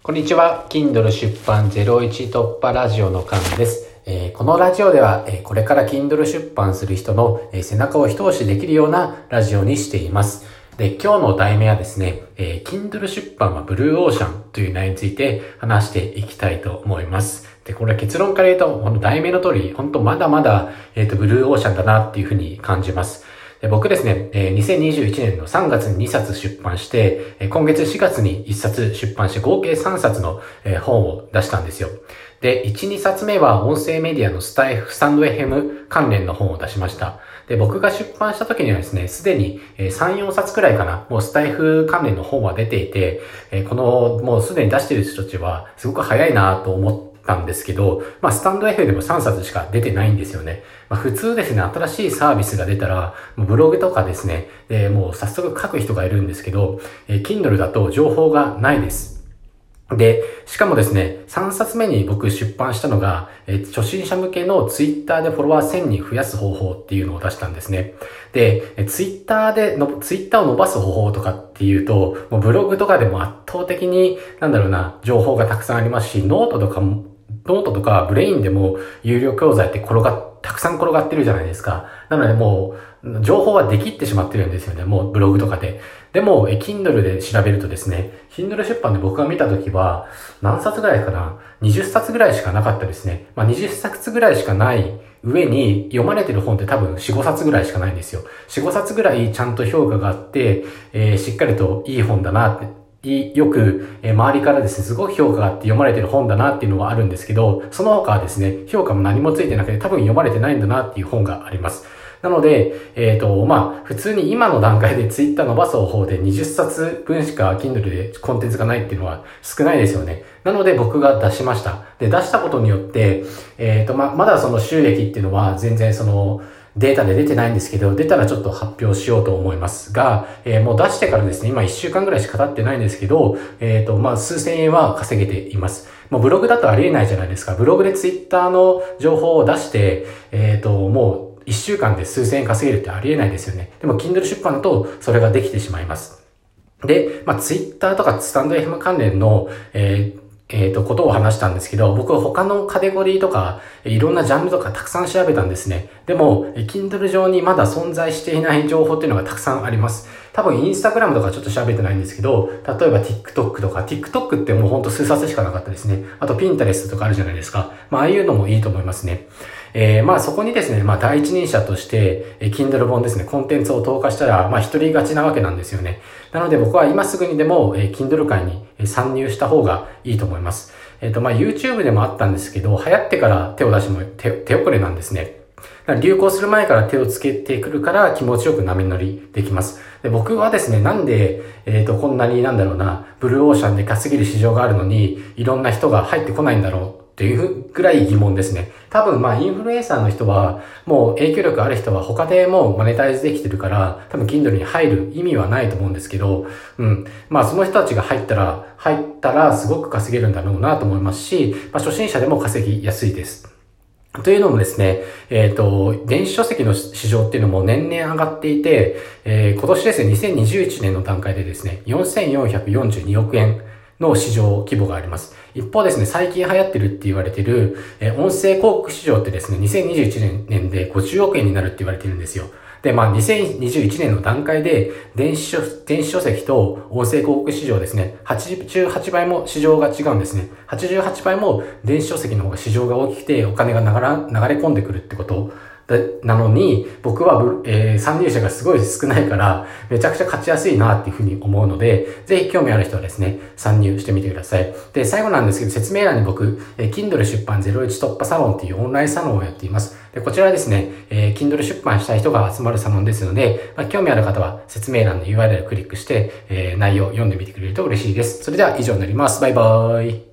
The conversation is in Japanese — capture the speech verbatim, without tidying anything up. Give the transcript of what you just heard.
こんにちは。Kindle 出版ゼロイチ突破ラジオのカンです。えー、このラジオでは、えー、これから Kindle 出版する人の、えー、背中を一押しできるようなラジオにしています。で、今日の題名はですね、えー、Kindle 出版はブルーオーシャンという内容について話していきたいと思います。で、これ結論から言うと、この題名の通り、本当まだまだ、えっと、ブルーオーシャンだなっていうふうに感じます。で僕ですね、にせんにじゅういちねんのさんがつににさつ出版して、今月しがつにいっさつ出版して合計さんさつの本を出したんですよ。で、いち、にさつめは音声メディアのスタイフ、スタンド エフエム 関連の本を出しました。で、僕が出版した時にはですね、すでにさん、よんさつくらいかな、もうスタイフ関連の本は出ていて、このもうすでに出している人たちはすごく早いなと思ってたんですけど、まあ、スタンド エフエム でもさんさつしか出てないんですよね。まあ、普通ですね、新しいサービスが出たら、ブログとかですね、でもう早速書く人がいるんですけど、えー、Kindle だと情報がないです。で、しかもですね、さんさつめに僕出版したのが、えー、初心者向けの Twitter でフォロワーせんにん増やす方法っていうのを出したんですね。で、Twitter での、Twitter を伸ばす方法とかっていうと、もうブログとかでも圧倒的に、なんだろうな、情報がたくさんありますし、ノートとかも、ノートとかブレインでも有料教材って転がっ、たくさん転がってるじゃないですか。なのでもう、情報はできってしまってるんですよね。もうブログとかで。でも、え、Kindle で調べるとですね、Kindle 出版で僕が見たときは、何冊ぐらいかな ?にじゅっさつぐらいしかなかったですね。まあ、にじゅっさつぐらいしかない上に読まれてる本って多分よん、ごさつぐらいしかないんですよ。よん、ごさつぐらいちゃんと評価があって、えー、しっかりといい本だなって、よく、えー、周りからですね、すごく評価があって読まれてる本だなっていうのはあるんですけど、その他はですね、評価も何もついてなくて多分読まれてないんだなっていう本があります。なので、えっと、まあ、普通に今の段階で Twitter 伸ばす方法でにじゅっさつぶんしか Kindle でコンテンツがないっていうのは少ないですよね。なので僕が出しました。で、出したことによって、えっと、ま、まだその収益っていうのは全然その、データで出てないんですけど、出たらちょっと発表しようと思いますが、えー、もう出してからですね、今いっしゅうかんぐらいしか経ってないんですけど、えっと、まあ、数千円は稼げています。もうブログだとありえないじゃないですか。ブログでツイッターの情報を出して、えっと、もういっしゅうかんで数千円稼げるってありえないですよね。でも Kindle 出版だとそれができてしまいます。で、まあ、ツイッターとかスタンド エフエム 関連の、えーえっと、ことを話したんですけど、僕は他のカテゴリーとか、いろんなジャンルとかたくさん調べたんですね。でも、Kindle 上にまだ存在していない情報っていうのがたくさんあります。多分、インスタグラムとかちょっと調べてないんですけど、例えば TikTok とか、TikTok ってもうほんと数冊しかなかったですね。あと、Pinterest とかあるじゃないですか。まあ、ああいうのもいいと思いますね。えー、まあそこにですね、まあ第一人者として、えー、Kindle 本ですね、コンテンツを投下したら、まあ一人勝ちなわけなんですよね。なので僕は今すぐにでも、えー、Kindle 界に参入した方がいいと思います。えっと、まあ YouTube でもあったんですけど、流行ってから手を出しても手、手遅れなんですね。だから流行する前から手をつけてくるから気持ちよく波乗りできます。で僕はですね、なんで、えっと、こんなになんだろうな、ブルーオーシャンで稼げる市場があるのに、いろんな人が入ってこないんだろうっていうぐらい疑問ですね。多分まあインフルエンサーの人は、もう影響力ある人は他でもうマネタイズできてるから、多分 Kindle に入る意味はないと思うんですけど、うん。まあその人たちが入ったら、入ったらすごく稼げるんだろうなと思いますし、まあ初心者でも稼ぎやすいです。というのもですね、えっと、電子書籍の市場っていうのも年々上がっていて、えー、今年ですね、にせんにじゅういちねんの段階でですね、よんせんよんひゃくよんじゅうにおくえんの市場規模があります。一方ですね、最近流行ってるって言われてる、えー、音声広告市場ってですね、にせんにじゅういちねんでごじゅうおくえんになるって言われてるんですよ。で、まあ、にせんにじゅういちねんの段階で、電子書、電子書籍と音声広告市場ですね、はちじゅうはちばいも市場が違うんですね。はちじゅうはちばいも電子書籍の方が市場が大きくて、お金が流ら、流れ込んでくるってことなのに、僕は、えー、参入者がすごい少ないから、めちゃくちゃ勝ちやすいなっていうふうに思うので、ぜひ興味ある人はですね、参入してみてください。で、最後なんですけど、説明欄に僕、えー、Kindle 出版ゼロイチ突破サロンっていうオンラインサロンをやっています。で、こちらはですね、えー、Kindle 出版したい人が集まるサロンですので、まあ、興味ある方は説明欄の ユーアールエル をクリックして、えー、内容を読んでみてくれると嬉しいです。それでは以上になります。バイバーイ。